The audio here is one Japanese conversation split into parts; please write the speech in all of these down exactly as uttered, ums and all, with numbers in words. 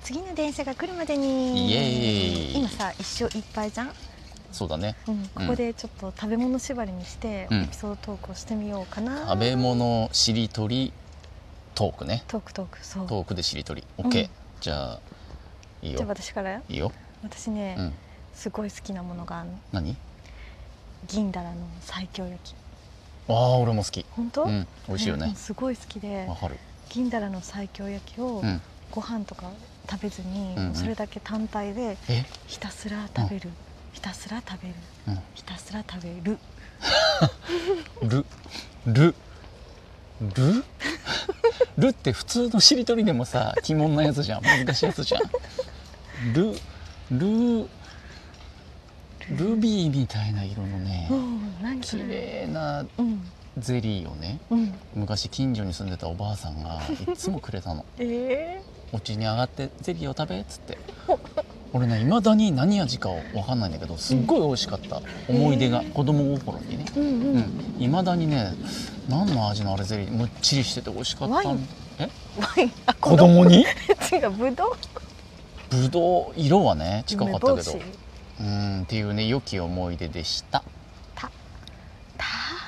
次の電車が来るまでに。 イエーイ。 今さ一生いっぱいじゃん。 そうだね、 うん、ここでちょっと食べ物縛りにしてうんエピソードトークをしてみようかな。 食べ物しりとりトークね。 トークトーク、そう。 トークでしりとり OK、 うん、 じゃあいいよ。 じゃあ私からよ。 いいよ。 私ね、 うん、 すごい好きなものがあるの。 何？ 銀だらの西京焼き。 ああ俺も好き。 本当？ うん、美味しいよね。 うん、すごい好きでわかる。 銀だらの西京焼きをうんご飯とか食べずに、 うんうんそれだけ単体でえひたすら食べる、ひたすら食べる、 うんひたすら食べる。 ルルルルって普通のしりとりでもさ鬼門なやつじゃん。難しいやつじゃん。ルルルビーみたいな色のね、 うん、何そ綺れ。 麗なうんゼリーをね、 うん。 昔近所に住んでたおばあさんがいつもくれたの。 えお家に上がってゼリーを食べっつって。俺ね未だに何味かわかんないんだけどすっごい美味しかった思い出が、子供心にね。 ー、うんうん。 うん未だにね何の味のあれゼリーむっちりしてて美味しかった。 ワインえワイン、あ、 子供に違う、ぶどう。 ぶどう色はね近かったけど梅干しうんっていうね良き思い出でした。 たた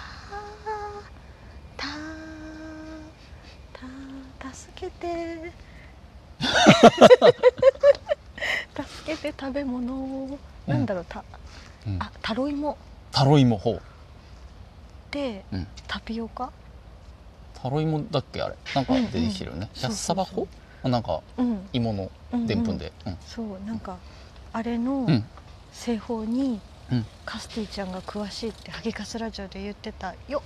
たた助けて助けて食べ物を、 うんなんだろう、た、 うんあ、タロイモタロイモほう、 でうん、 タピオカ。 タロイモだっけあれなんか出てきてるよね。 うんうんキャッサバそうそう粉あなんかうん芋のでんぷんで、うんそう、なんかあれのうん製法にうんカスティちゃんが詳しいってハギカスラジオで言ってたよ。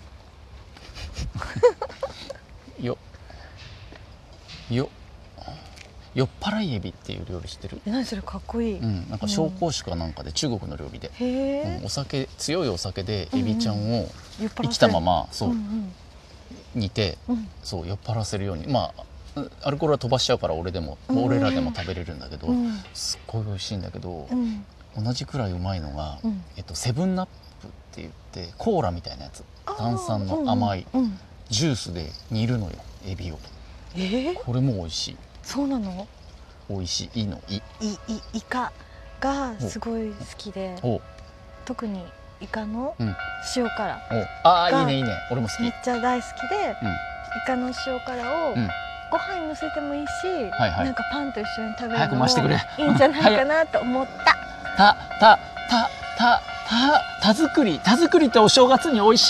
よよ酔っ払いエビっていう料理知ってる？ え、何それ、かっこいい。 うんなんか紹興酒かなんかで中国の料理で、 へえ、 うんお酒強いお酒でエビちゃんを酔っ払生きたままそううん煮てうんうんそう酔っ払わせるようにまあアルコールは飛ばしちゃうから俺でもうん俺らでも食べれるんだけどうんすっごい美味しいんだけどうん同じくらいうまいのがうんえっとセブンナップって言ってコーラみたいなやつあー炭酸の甘いうんうんジュースで煮るのよエビを。 えー、 これも美味しい。 そうなの。 美味しいのいいいイカがすごい好きで、 お特にイカのうん塩辛おああがいいねいいね俺も好き。 めっちゃ大好きで、 うんイカの塩辛をうんご飯にのせてもいいし、 はいはいなんかパンと一緒に食べる早くのも回してくれいいんじゃないかなと思った。 たたたたたた作り田作りってお正月に美味しい